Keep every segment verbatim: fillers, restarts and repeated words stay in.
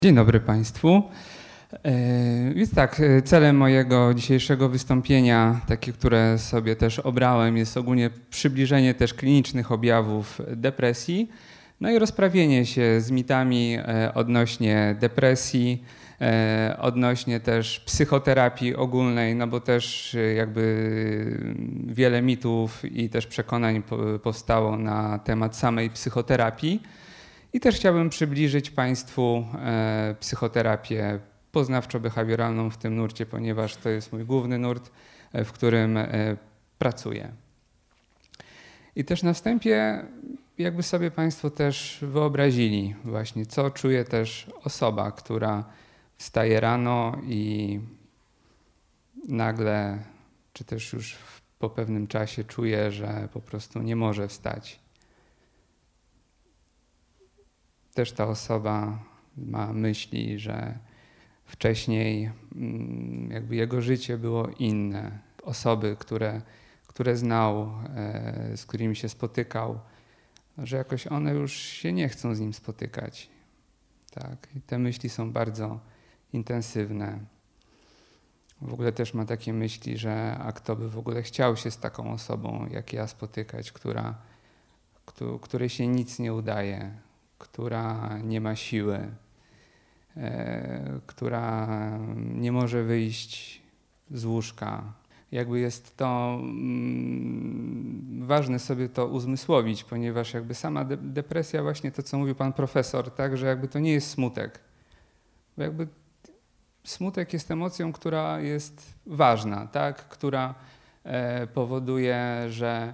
Dzień dobry Państwu. Więc tak, celem mojego dzisiejszego wystąpienia, takie, które sobie też obrałem, jest ogólnie przybliżenie też klinicznych objawów depresji, no i rozprawienie się z mitami odnośnie depresji, odnośnie też psychoterapii ogólnej, no bo też jakby wiele mitów i też przekonań powstało na temat samej psychoterapii. I też chciałbym przybliżyć Państwu e, psychoterapię poznawczo-behawioralną w tym nurcie, ponieważ to jest mój główny nurt, e, w którym e, pracuję. I też na wstępie jakby sobie Państwo też wyobrazili właśnie, co czuje też osoba, która wstaje rano i nagle, czy też już w, po pewnym czasie czuje, że po prostu nie może wstać. Też ta osoba ma myśli, że wcześniej jakby jego życie było inne. Osoby, które, które znał, z którymi się spotykał, że jakoś one już się nie chcą z nim spotykać. Tak? I te myśli są bardzo intensywne. W ogóle też ma takie myśli, że a kto by w ogóle chciał się z taką osobą jak ja spotykać, która, której się nic nie udaje, która nie ma siły, e, która nie może wyjść z łóżka. Jakby jest to mm, ważne sobie to uzmysłowić, ponieważ jakby sama de- depresja, właśnie to, co mówił pan profesor, tak, że jakby to nie jest smutek. Bo jakby smutek jest emocją, która jest ważna, tak, która e, powoduje, że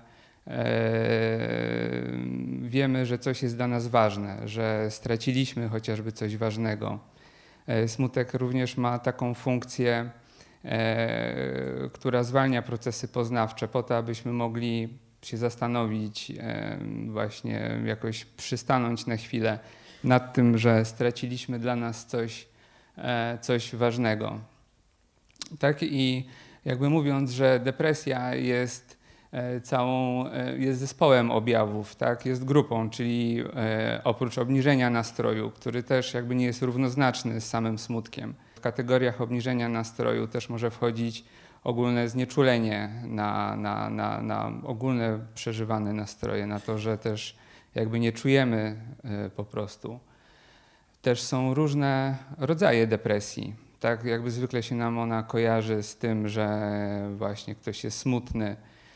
wiemy, że coś jest dla nas ważne, że straciliśmy chociażby coś ważnego. Smutek również ma taką funkcję, która zwalnia procesy poznawcze po to, abyśmy mogli się zastanowić, właśnie jakoś przystanąć na chwilę nad tym, że straciliśmy dla nas coś, coś ważnego. Tak i jakby mówiąc, że depresja jest całą, jest zespołem objawów, tak? Jest grupą, czyli e, oprócz obniżenia nastroju, który też jakby nie jest równoznaczny z samym smutkiem. W kategoriach obniżenia nastroju też może wchodzić ogólne znieczulenie na, na, na, na ogólne przeżywane nastroje, na to, że też jakby nie czujemy e, po prostu. Też są różne rodzaje depresji. Tak jakby zwykle się nam ona kojarzy z tym, że właśnie ktoś jest smutny,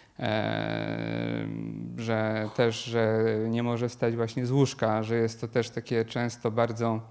że też, że nie może wstać właśnie z łóżka, że jest to też takie często bardzo,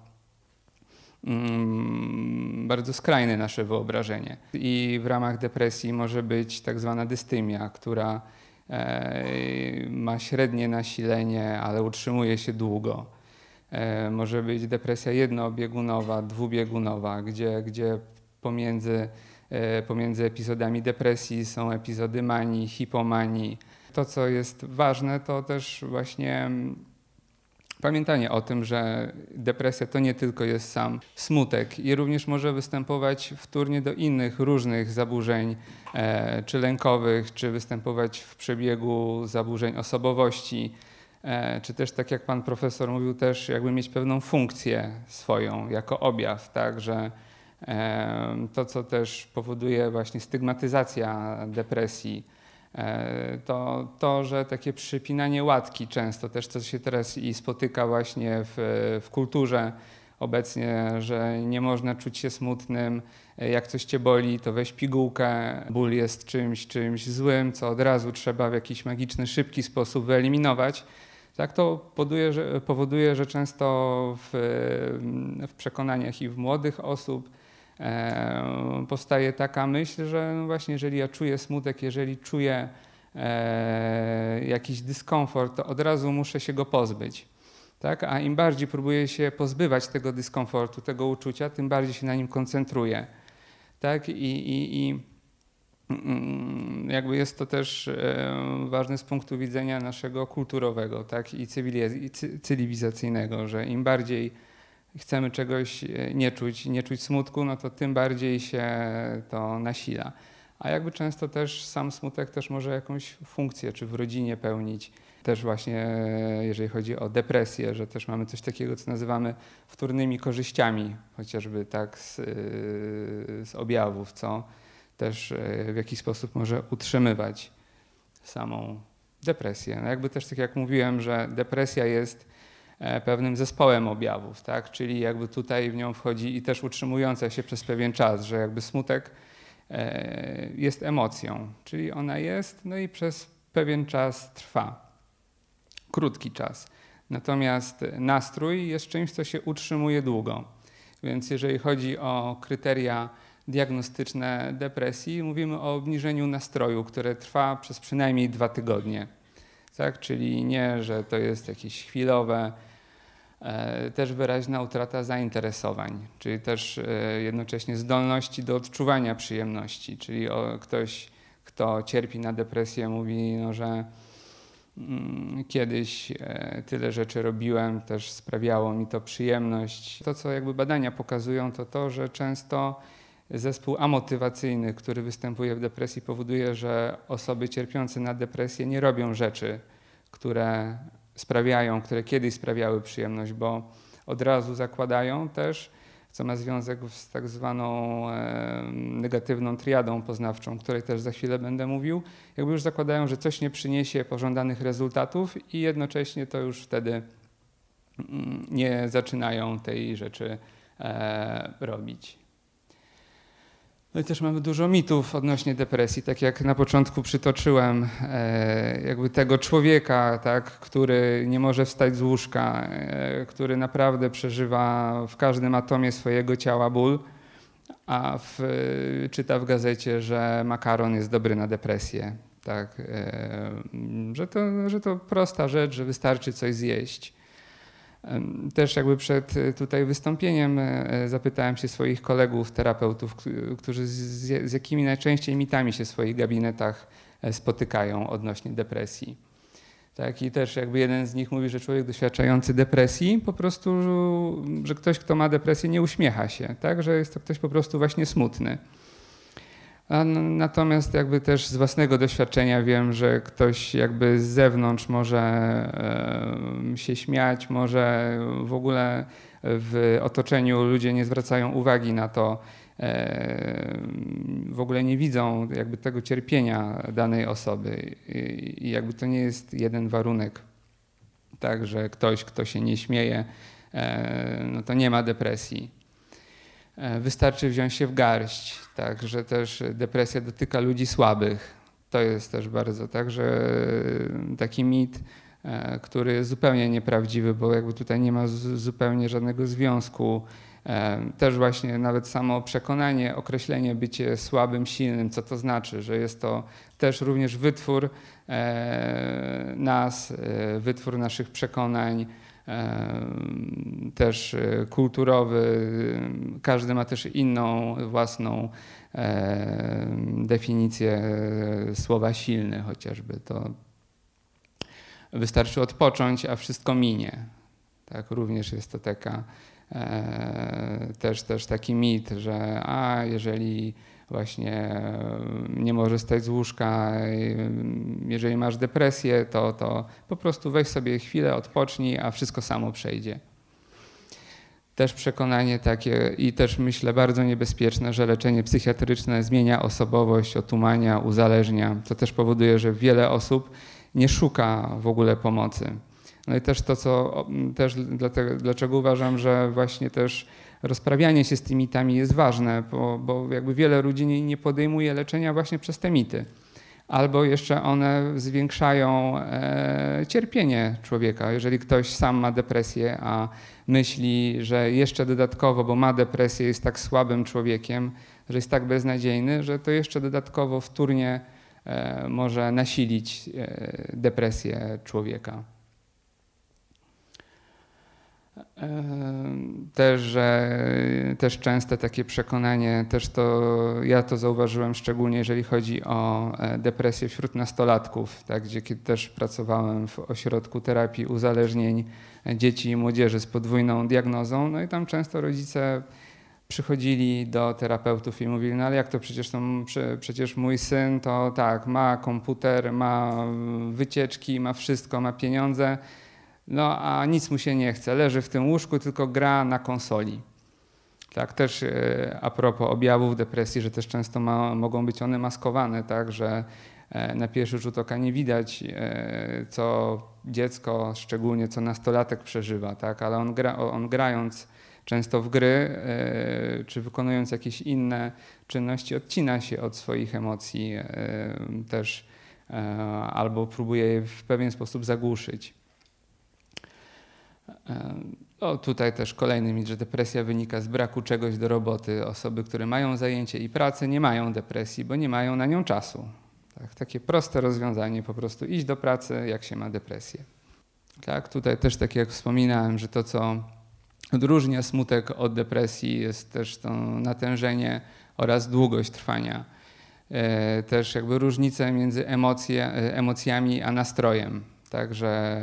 bardzo skrajne nasze wyobrażenie. I w ramach depresji może być tak zwana dystymia, która ma średnie nasilenie, ale utrzymuje się długo. Może być depresja jednobiegunowa, dwubiegunowa, gdzie, gdzie pomiędzy Pomiędzy epizodami depresji są epizody manii, hipomanii. To, co jest ważne, to też właśnie pamiętanie o tym, że depresja to nie tylko jest sam smutek i również może występować wtórnie do innych różnych zaburzeń, czy lękowych, czy występować w przebiegu zaburzeń osobowości, czy też tak jak pan profesor mówił, też jakby mieć pewną funkcję swoją jako objaw, tak, że to, co też powoduje właśnie stygmatyzacja depresji, to to, że takie przypinanie łatki często też, co się teraz i spotyka właśnie w, w kulturze obecnie, że nie można czuć się smutnym, jak coś cię boli, to weź pigułkę, ból jest czymś, czymś złym, co od razu trzeba w jakiś magiczny, szybki sposób wyeliminować. Tak to powoduje, że, powoduje, że często w, w przekonaniach i w młodych osób e, powstaje taka myśl, że no właśnie jeżeli ja czuję smutek, jeżeli czuję e, jakiś dyskomfort, to od razu muszę się go pozbyć. Tak? A im bardziej próbuję się pozbywać tego dyskomfortu, tego uczucia, tym bardziej się na nim koncentruję. Tak? I, i, i jakby jest to też ważne z punktu widzenia naszego kulturowego, tak, i cywilizacyjnego, że im bardziej chcemy czegoś nie czuć, nie czuć smutku, no to tym bardziej się to nasila. A jakby często też sam smutek też może jakąś funkcję czy w rodzinie pełnić. Też właśnie jeżeli chodzi o depresję, że też mamy coś takiego, co nazywamy wtórnymi korzyściami, chociażby tak z, z objawów, co też w jakiś sposób może utrzymywać samą depresję. No jakby też tak jak mówiłem, że depresja jest pewnym zespołem objawów, tak? Czyli jakby tutaj w nią wchodzi i też utrzymująca się przez pewien czas, że jakby smutek jest emocją, czyli ona jest, no i przez pewien czas trwa. Krótki czas. Natomiast nastrój jest czymś, co się utrzymuje długo. Więc jeżeli chodzi o kryteria diagnostyczne depresji, mówimy o obniżeniu nastroju, które trwa przez przynajmniej dwa tygodnie. Tak? Czyli nie, że to jest jakieś chwilowe, e, też wyraźna utrata zainteresowań, czyli też e, jednocześnie zdolności do odczuwania przyjemności. Czyli o, ktoś, kto cierpi na depresję, mówi, no, że kiedyś tyle rzeczy robiłem, też sprawiało mi to przyjemność. To, co jakby badania pokazują, to to, że często zespół amotywacyjny, który występuje w depresji, powoduje, że osoby cierpiące na depresję nie robią rzeczy, które sprawiają, które kiedyś sprawiały przyjemność, bo od razu zakładają też, co ma związek z tak zwaną e, negatywną triadą poznawczą, o której też za chwilę będę mówił, jakby już zakładają, że coś nie przyniesie pożądanych rezultatów i jednocześnie to już wtedy mm, nie zaczynają tej rzeczy e, robić. No i też mamy dużo mitów odnośnie depresji, tak jak na początku przytoczyłem, e, jakby tego człowieka, tak, który nie może wstać z łóżka, e, który naprawdę przeżywa w każdym atomie swojego ciała ból, a w, czyta w gazecie, że makaron jest dobry na depresję, tak, e, że, to, że to prosta rzecz, że wystarczy coś zjeść. Też jakby przed tutaj wystąpieniem zapytałem się swoich kolegów, terapeutów, którzy z, z jakimi najczęściej mitami się w swoich gabinetach spotykają odnośnie depresji. Tak, i też jakby jeden z nich mówi, że człowiek doświadczający depresji po prostu, że ktoś, kto ma depresję, nie uśmiecha się, tak, że jest to ktoś po prostu właśnie smutny. A natomiast jakby też z własnego doświadczenia wiem, że ktoś jakby z zewnątrz może e, się śmiać, może w ogóle w otoczeniu ludzie nie zwracają uwagi na to, e, w ogóle nie widzą jakby tego cierpienia danej osoby i, i jakby to nie jest jeden warunek, tak, że ktoś, kto się nie śmieje, e, no to nie ma depresji. Wystarczy wziąć się w garść, tak, że też depresja dotyka ludzi słabych. To jest też bardzo tak, że taki mit, który jest zupełnie nieprawdziwy, bo jakby tutaj nie ma zupełnie żadnego związku. Też właśnie nawet samo przekonanie, określenie bycie słabym, silnym, co to znaczy, że jest to też również wytwór nas, wytwór naszych przekonań, też kulturowy, każdy ma też inną własną definicję słowa silny chociażby. To wystarczy odpocząć, a wszystko minie. Tak, również jest to taka też, też taki mit, że a jeżeli właśnie nie możesz wstać z łóżka, jeżeli masz depresję, to, to po prostu weź sobie chwilę, odpocznij, a wszystko samo przejdzie. Też przekonanie takie i też myślę bardzo niebezpieczne, że leczenie psychiatryczne zmienia osobowość, otumania, uzależnia. To też powoduje, że wiele osób nie szuka w ogóle pomocy. No i też to, co też dlatego, dlaczego uważam, że właśnie też rozprawianie się z tymi mitami jest ważne, bo, bo jakby wiele ludzi nie, nie podejmuje leczenia właśnie przez te mity. Albo jeszcze one zwiększają e, cierpienie człowieka. Jeżeli ktoś sam ma depresję, a myśli, że jeszcze dodatkowo, bo ma depresję, jest tak słabym człowiekiem, że jest tak beznadziejny, że to jeszcze dodatkowo wtórnie e, może nasilić e, depresję człowieka. Też, że też częste takie przekonanie, też to ja to zauważyłem szczególnie, jeżeli chodzi o depresję wśród nastolatków, tak, gdzie kiedy też pracowałem w ośrodku terapii uzależnień dzieci i młodzieży z podwójną diagnozą, no i tam często rodzice przychodzili do terapeutów i mówili, no ale jak to przecież, to, przecież mój syn to tak, ma komputer, ma wycieczki, ma wszystko, ma pieniądze, no a nic mu się nie chce, leży w tym łóżku, tylko gra na konsoli. Tak, też a propos objawów depresji, że też często ma, mogą być one maskowane, tak, że na pierwszy rzut oka nie widać, co dziecko, szczególnie co nastolatek przeżywa, tak, ale on, gra, on grając często w gry, czy wykonując jakieś inne czynności, odcina się od swoich emocji też albo próbuje je w pewien sposób zagłuszyć. O, tutaj też kolejny mit, że depresja wynika z braku czegoś do roboty. Osoby, które mają zajęcie i pracę, nie mają depresji, bo nie mają na nią czasu. Tak, takie proste rozwiązanie, po prostu iść do pracy, jak się ma depresję. Tak, tutaj też tak jak wspominałem, że to, co odróżnia smutek od depresji, jest też to natężenie oraz długość trwania. Też jakby różnice między emocje, emocjami a nastrojem. Także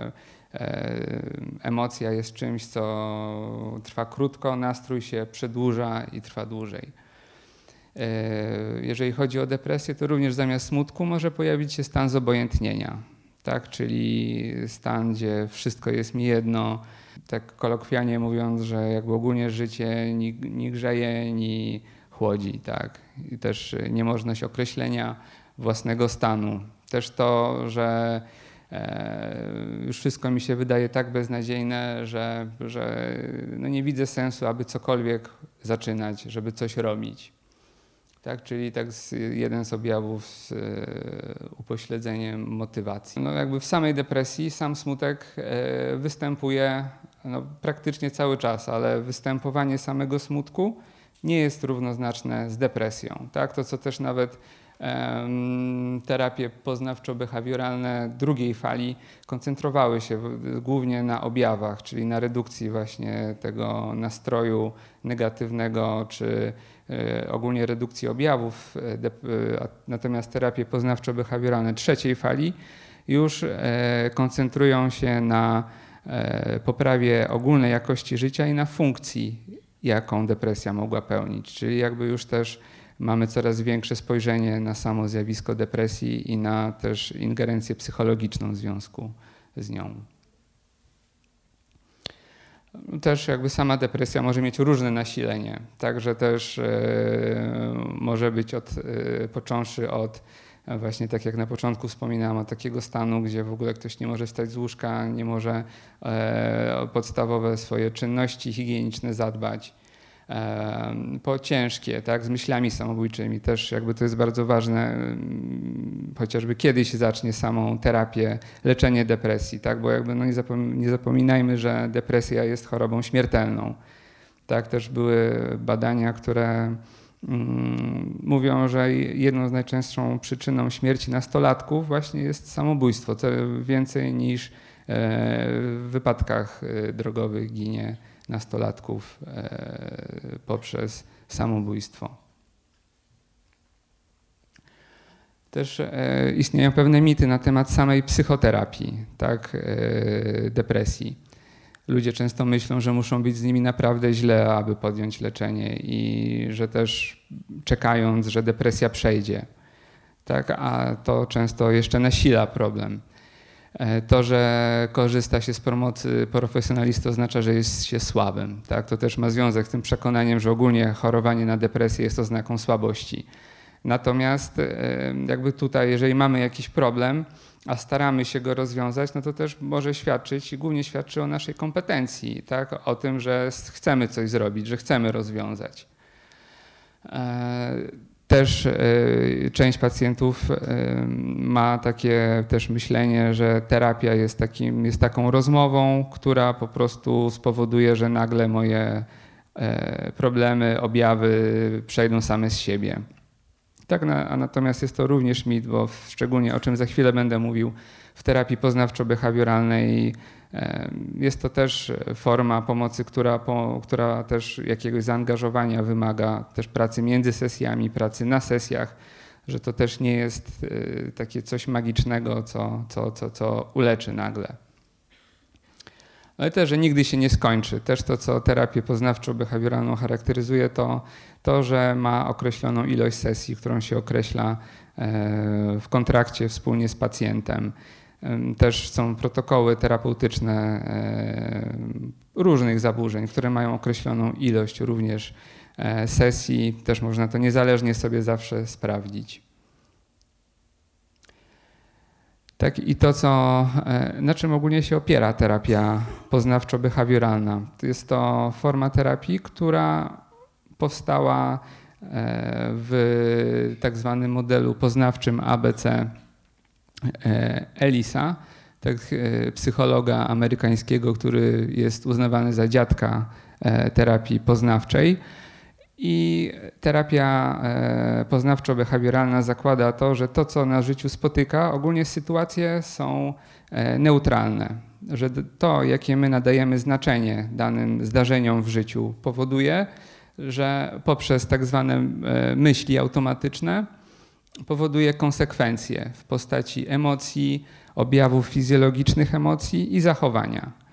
emocja jest czymś, co trwa krótko, nastrój się przedłuża i trwa dłużej. Jeżeli chodzi o depresję, to również zamiast smutku może pojawić się stan zobojętnienia, tak? Czyli stan, gdzie wszystko jest mi jedno, tak kolokwialnie mówiąc, że jakby ogólnie życie ni, ni grzeje, ni chłodzi, tak? I też niemożność określenia własnego stanu. Też to, że już wszystko mi się wydaje tak beznadziejne, że, że no nie widzę sensu, aby cokolwiek zaczynać, żeby coś robić. Tak, czyli tak z, jeden z objawów z e, upośledzeniem motywacji. No jakby w samej depresji sam smutek e, występuje no, praktycznie cały czas, ale występowanie samego smutku nie jest równoznaczne z depresją. Tak? To, co też nawet e, terapie poznawczo-behawioralne drugiej fali koncentrowały się w, głównie na objawach, czyli na redukcji właśnie tego nastroju negatywnego, czy ogólnie redukcji objawów, natomiast terapie poznawczo-behawioralne trzeciej fali już koncentrują się na poprawie ogólnej jakości życia i na funkcji, jaką depresja mogła pełnić. Czyli jakby już też mamy coraz większe spojrzenie na samo zjawisko depresji i na też ingerencję psychologiczną w związku z nią. Też jakby sama depresja może mieć różne nasilenie, także też e, może być od, e, począwszy od właśnie tak jak na początku wspominałam, od takiego stanu, gdzie w ogóle ktoś nie może wstać z łóżka, nie może e, o podstawowe swoje czynności higieniczne zadbać, e, po ciężkie, tak, z myślami samobójczymi. Też jakby to jest bardzo ważne, chociażby kiedy się zacznie samą terapię, leczenie depresji, tak, bo jakby no nie, zapom- nie zapominajmy, że depresja jest chorobą śmiertelną. Tak, też były badania, które mm, mówią, że jedną z najczęstszą przyczyną śmierci nastolatków właśnie jest samobójstwo, co więcej niż e, w wypadkach drogowych ginie nastolatków e, poprzez samobójstwo. Też e, istnieją pewne mity na temat samej psychoterapii, tak, e, depresji. Ludzie często myślą, że muszą być z nimi naprawdę źle, aby podjąć leczenie i że też czekając, że depresja przejdzie, tak, a to często jeszcze nasila problem. To, że korzysta się z pomocy profesjonalisty, oznacza, że jest się słabym. Tak? To też ma związek z tym przekonaniem, że ogólnie chorowanie na depresję jest oznaką słabości. Natomiast jakby tutaj, jeżeli mamy jakiś problem, a staramy się go rozwiązać, no to też może świadczyć i głównie świadczy o naszej kompetencji, tak? O tym, że chcemy coś zrobić, że chcemy rozwiązać. Też część pacjentów ma takie też myślenie, że terapia jest, takim, jest taką rozmową, która po prostu spowoduje, że nagle moje problemy, objawy przejdą same z siebie. Tak, a natomiast jest to również mit, bo szczególnie o czym za chwilę będę mówił, w terapii poznawczo-behawioralnej jest to też forma pomocy, która, która też jakiegoś zaangażowania wymaga, też pracy między sesjami, pracy na sesjach, że to też nie jest takie coś magicznego, co, co, co, co uleczy nagle. ale też, że nigdy się nie skończy. Też to, co terapię poznawczo-behawioralną charakteryzuje, to to, że ma określoną ilość sesji, którą się określa w kontrakcie wspólnie z pacjentem. Też są protokoły terapeutyczne różnych zaburzeń, które mają określoną ilość również sesji. Też można to niezależnie sobie zawsze sprawdzić. Tak, i to, co, na czym ogólnie się opiera terapia poznawczo-behawioralna. To jest to forma terapii, która powstała w tak zwanym modelu poznawczym A B C Ellisa, tak, psychologa amerykańskiego, który jest uznawany za dziadka terapii poznawczej. I terapia poznawczo-behawioralna zakłada to, że to, co na życiu spotyka, ogólnie sytuacje są neutralne. Że to, jakie my nadajemy znaczenie danym zdarzeniom w życiu, powoduje, że poprzez tak zwane myśli automatyczne powoduje konsekwencje w postaci emocji, objawów fizjologicznych emocji i zachowania.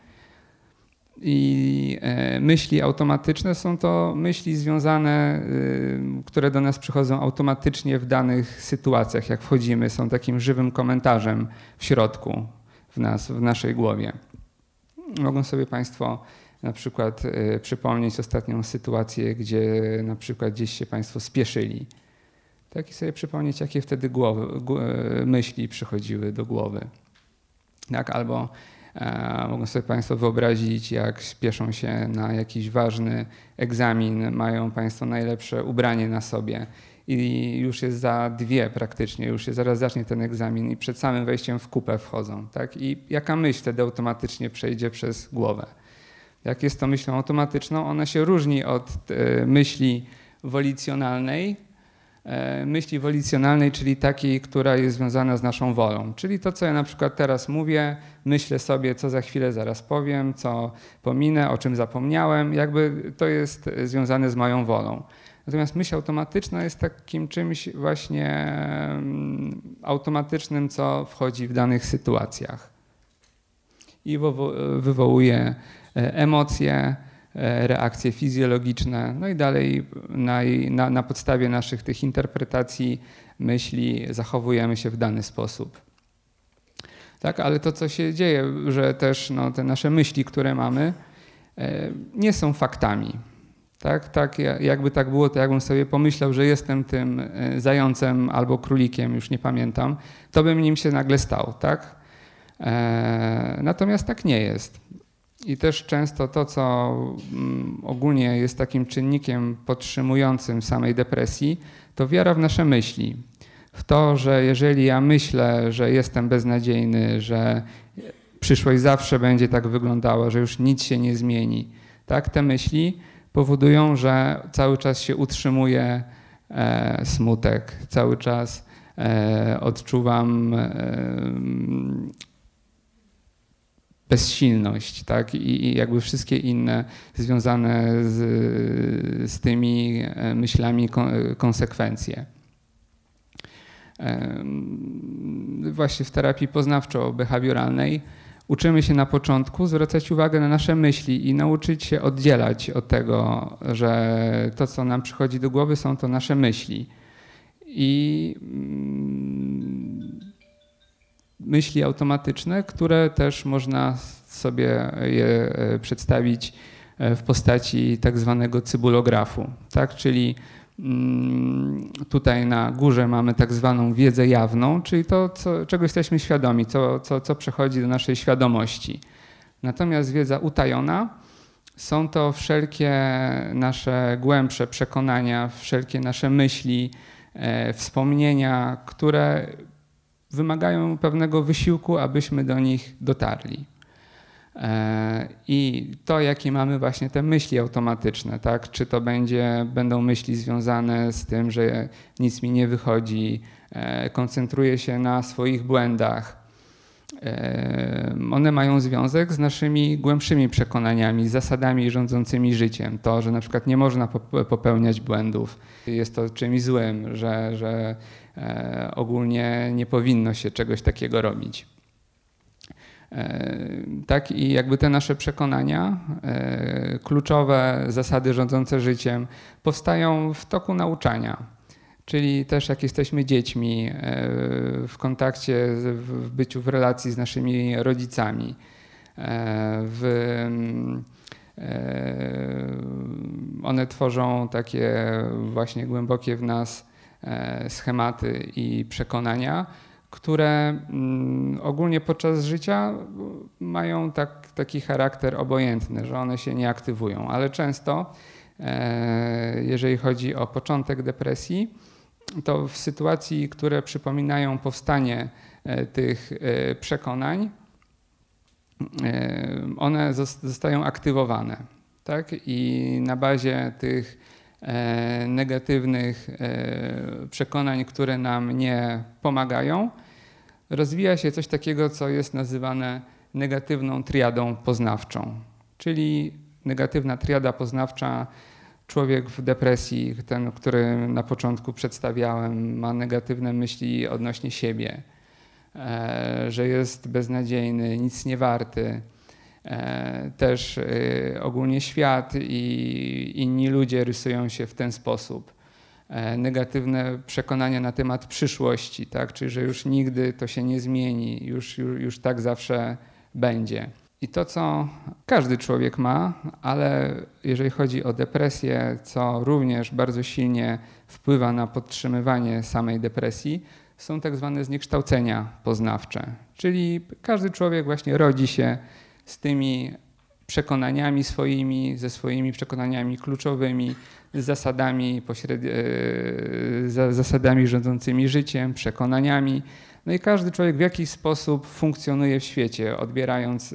I myśli automatyczne są to myśli związane, które do nas przychodzą automatycznie w danych sytuacjach, jak wchodzimy, są takim żywym komentarzem w środku, w nas, w naszej głowie. Mogą sobie Państwo na przykład przypomnieć ostatnią sytuację, gdzie na przykład gdzieś się Państwo spieszyli. Tak, i sobie przypomnieć, jakie wtedy głowy, myśli przychodziły do głowy. Tak, albo e, mogą sobie Państwo wyobrazić, jak spieszą się na jakiś ważny egzamin, mają Państwo najlepsze ubranie na sobie i już jest za dwie praktycznie, już się zaraz zacznie ten egzamin i przed samym wejściem w kupę wchodzą. Tak? I jaka myśl wtedy automatycznie przejdzie przez głowę? Jak jest to myślą automatyczną, ona się różni od e, myśli wolicjonalnej, myśli wolicjonalnej, czyli takiej, która jest związana z naszą wolą. Czyli to, co ja na przykład teraz mówię, myślę sobie, co za chwilę zaraz powiem, co pominę, o czym zapomniałem, jakby to jest związane z moją wolą. Natomiast myśl automatyczna jest takim czymś właśnie automatycznym, co wchodzi w danych sytuacjach i wywołuje emocje, reakcje fizjologiczne, no i dalej na, na, na podstawie naszych tych interpretacji myśli zachowujemy się w dany sposób. Tak, ale to, co się dzieje, że też no, te nasze myśli, które mamy, nie są faktami. Tak, tak, jakby tak było, to jakbym sobie pomyślał, że jestem tym zającem albo królikiem, już nie pamiętam, to bym nim się nagle stał. Tak? Natomiast tak nie jest. I też często to, co ogólnie jest takim czynnikiem podtrzymującym samej depresji, to wiara w nasze myśli. W to, że jeżeli ja myślę, że jestem beznadziejny, że przyszłość zawsze będzie tak wyglądała, że już nic się nie zmieni, tak, te myśli powodują, że cały czas się utrzymuje e, smutek, cały czas e, odczuwam e, bezsilność, tak? I, i jakby wszystkie inne związane z, z tymi myślami konsekwencje. Właśnie w terapii poznawczo-behawioralnej uczymy się na początku zwracać uwagę na nasze myśli i nauczyć się oddzielać od tego, że to, co nam przychodzi do głowy, są to nasze myśli. I myśli automatyczne, które też można sobie je przedstawić w postaci tak zwanego cybulografu. Tak? Czyli tutaj na górze mamy tak zwaną wiedzę jawną, czyli to, co, czego jesteśmy świadomi, co, co, co przechodzi do naszej świadomości. Natomiast wiedza utajona są to wszelkie nasze głębsze przekonania, wszelkie nasze myśli, e, wspomnienia, które wymagają pewnego wysiłku, abyśmy do nich dotarli. I to, jakie mamy właśnie te myśli automatyczne, tak? Czy to będzie, będą myśli związane z tym, że nic mi nie wychodzi, koncentruję się na swoich błędach. One mają związek z naszymi głębszymi przekonaniami, zasadami rządzącymi życiem. To, że na przykład nie można popełniać błędów, jest to czymś złym, że, że ogólnie nie powinno się czegoś takiego robić. Tak i jakby te nasze przekonania, kluczowe zasady rządzące życiem powstają w toku nauczania. Czyli też jak jesteśmy dziećmi, w kontakcie, w byciu w relacji z naszymi rodzicami, w, one tworzą takie właśnie głębokie w nas schematy i przekonania, które ogólnie podczas życia mają tak, taki charakter obojętny, że one się nie aktywują, ale często, jeżeli chodzi o początek depresji, to w sytuacji, które przypominają powstanie tych przekonań, one zostają aktywowane. Tak? I na bazie tych negatywnych przekonań, które nam nie pomagają, rozwija się coś takiego, co jest nazywane negatywną triadą poznawczą. Czyli negatywna triada poznawcza, człowiek w depresji, ten, który na początku przedstawiałem, ma negatywne myśli odnośnie siebie, że jest beznadziejny, nic nie warty. Też ogólnie świat i inni ludzie rysują się w ten sposób. Negatywne przekonania na temat przyszłości, tak? Czyli że już nigdy to się nie zmieni, już, już, już tak zawsze będzie. I to, co każdy człowiek ma, ale jeżeli chodzi o depresję, co również bardzo silnie wpływa na podtrzymywanie samej depresji, są tak zwane zniekształcenia poznawcze. Czyli każdy człowiek właśnie rodzi się z tymi przekonaniami swoimi, ze swoimi przekonaniami kluczowymi, z zasadami, pośredni- z zasadami rządzącymi życiem, przekonaniami. No i każdy człowiek w jakiś sposób funkcjonuje w świecie, odbierając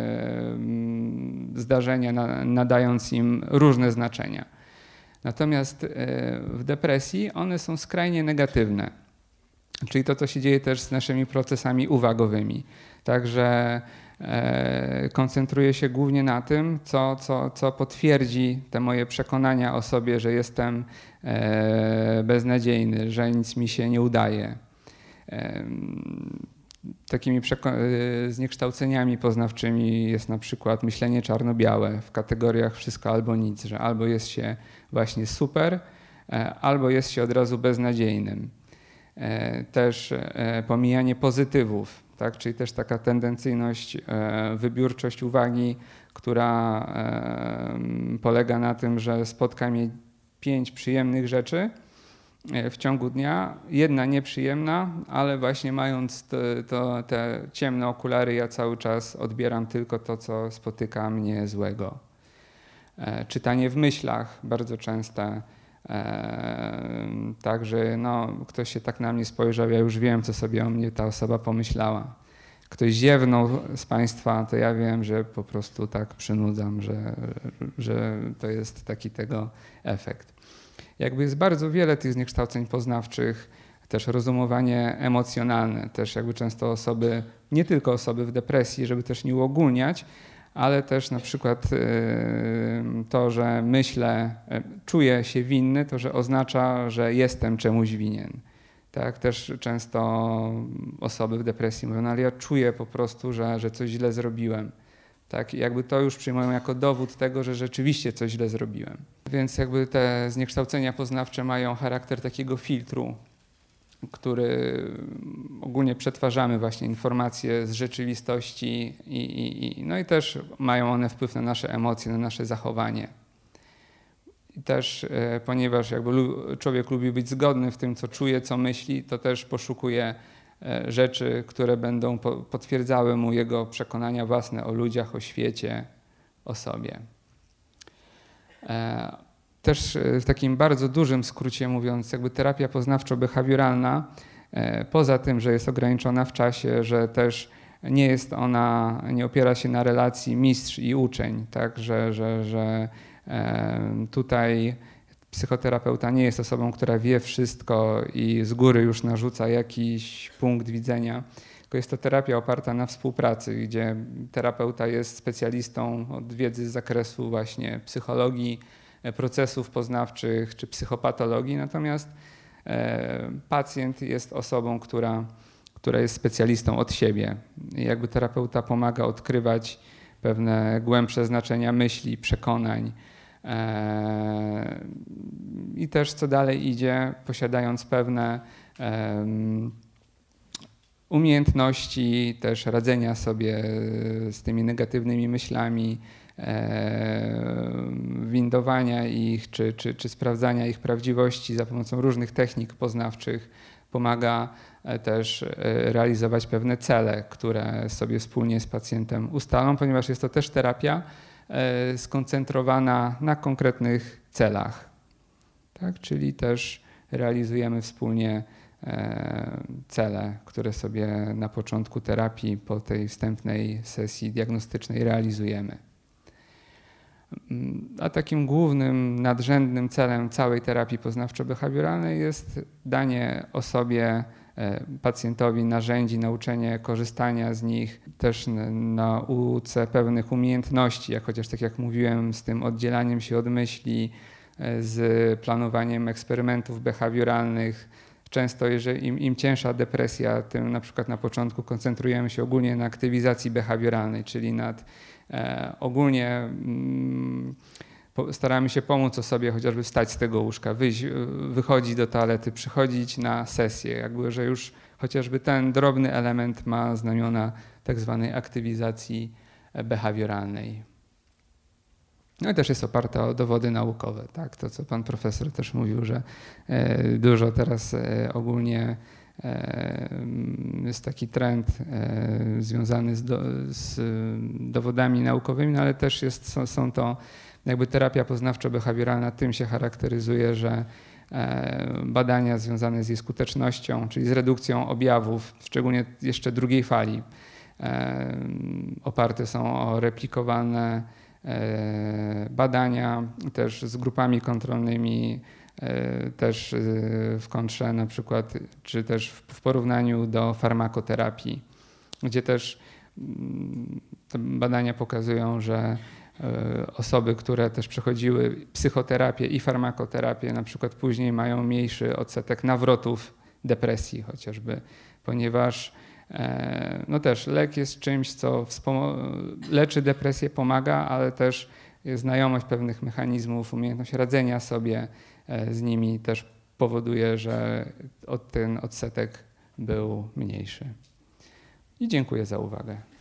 zdarzenia, nadając im różne znaczenia. Natomiast w depresji one są skrajnie negatywne. Czyli to, co się dzieje też z naszymi procesami uwagowymi. Także koncentruję się głównie na tym, co, co, co potwierdzi te moje przekonania o sobie, że jestem beznadziejny, że nic mi się nie udaje. Takimi zniekształceniami poznawczymi jest na przykład myślenie czarno-białe w kategoriach wszystko albo nic, że albo jest się właśnie super, albo jest się od razu beznadziejnym. Też pomijanie pozytywów, tak? Czyli też taka tendencyjność, wybiórczość uwagi, która polega na tym, że spotka mnie pięć przyjemnych rzeczy w ciągu dnia, jedna nieprzyjemna, ale właśnie mając to, to, te ciemne okulary, ja cały czas odbieram tylko to, co spotyka mnie złego. Czytanie w myślach, bardzo częste. Także no, ktoś się tak na mnie spojrzał, ja już wiem, co sobie o mnie ta osoba pomyślała. Ktoś ziewnął z Państwa, to ja wiem, że po prostu tak przynudzam, że, że to jest taki tego efekt. Jakby jest bardzo wiele tych zniekształceń poznawczych, też rozumowanie emocjonalne, też jakby często osoby, nie tylko osoby w depresji, żeby też nie uogólniać, ale też na przykład to, że myślę, czuję się winny, to że oznacza, że jestem czemuś winien. Tak, też często osoby w depresji mówią, no ale ja czuję po prostu, że, że coś źle zrobiłem. Tak, i jakby to już przyjmują jako dowód tego, że rzeczywiście coś źle zrobiłem. Więc jakby te zniekształcenia poznawcze mają charakter takiego filtru, który ogólnie przetwarzamy właśnie informacje z rzeczywistości i, i, i, no i też mają one wpływ na nasze emocje, na nasze zachowanie. I też e, ponieważ jakby lu- człowiek lubi być zgodny w tym, co czuje, co myśli, to też poszukuje e, rzeczy, które będą po- potwierdzały mu jego przekonania własne o ludziach, o świecie, o sobie. E, Też w takim bardzo dużym skrócie mówiąc, jakby terapia poznawczo-behawioralna, poza tym, że jest ograniczona w czasie, że też nie jest ona, nie opiera się na relacji mistrz i uczeń, tak, że, że, że tutaj psychoterapeuta nie jest osobą, która wie wszystko i z góry już narzuca jakiś punkt widzenia, tylko jest to terapia oparta na współpracy, gdzie terapeuta jest specjalistą od wiedzy z zakresu właśnie psychologii, procesów poznawczych czy psychopatologii, natomiast pacjent jest osobą, która, która jest specjalistą od siebie. I jakby terapeuta pomaga odkrywać pewne głębsze znaczenia myśli, przekonań. I też co dalej idzie, posiadając pewne umiejętności też radzenia sobie z tymi negatywnymi myślami, windowania ich czy, czy, czy sprawdzania ich prawdziwości za pomocą różnych technik poznawczych, pomaga też realizować pewne cele, które sobie wspólnie z pacjentem ustalą, ponieważ jest to też terapia skoncentrowana na konkretnych celach. Tak? Czyli też realizujemy wspólnie cele, które sobie na początku terapii, po tej wstępnej sesji diagnostycznej realizujemy. A takim głównym, nadrzędnym celem całej terapii poznawczo-behawioralnej jest danie osobie, pacjentowi narzędzi, nauczenie korzystania z nich, też nauce pewnych umiejętności, jak chociaż tak jak mówiłem, z tym oddzielaniem się od myśli, z planowaniem eksperymentów behawioralnych. Często, jeżeli im, im cięższa depresja, tym na przykład na początku koncentrujemy się ogólnie na aktywizacji behawioralnej, czyli nad e, ogólnie mm, po, staramy się pomóc osobie chociażby wstać z tego łóżka, wyjść, wychodzić do toalety, przychodzić na sesję, jakby, że już chociażby ten drobny element ma znamiona tak zwanej aktywizacji behawioralnej. No i też jest oparta o dowody naukowe, tak? To, co pan profesor też mówił, że e, dużo teraz e, ogólnie e, jest taki trend e, związany z, do, z dowodami naukowymi, no ale też jest, są, są to jakby terapia poznawczo-behawioralna tym się charakteryzuje, że e, badania związane z jej skutecznością, czyli z redukcją objawów, szczególnie jeszcze drugiej fali, e, oparte są o replikowane badania też z grupami kontrolnymi, też w kontrze na przykład, czy też w porównaniu do farmakoterapii, gdzie też te badania pokazują, że osoby, które też przechodziły psychoterapię i farmakoterapię, na przykład później mają mniejszy odsetek nawrotów depresji chociażby, ponieważ no też lek jest czymś, co leczy depresję, pomaga, ale też znajomość pewnych mechanizmów, umiejętność radzenia sobie z nimi też powoduje, że ten odsetek był mniejszy. I dziękuję za uwagę.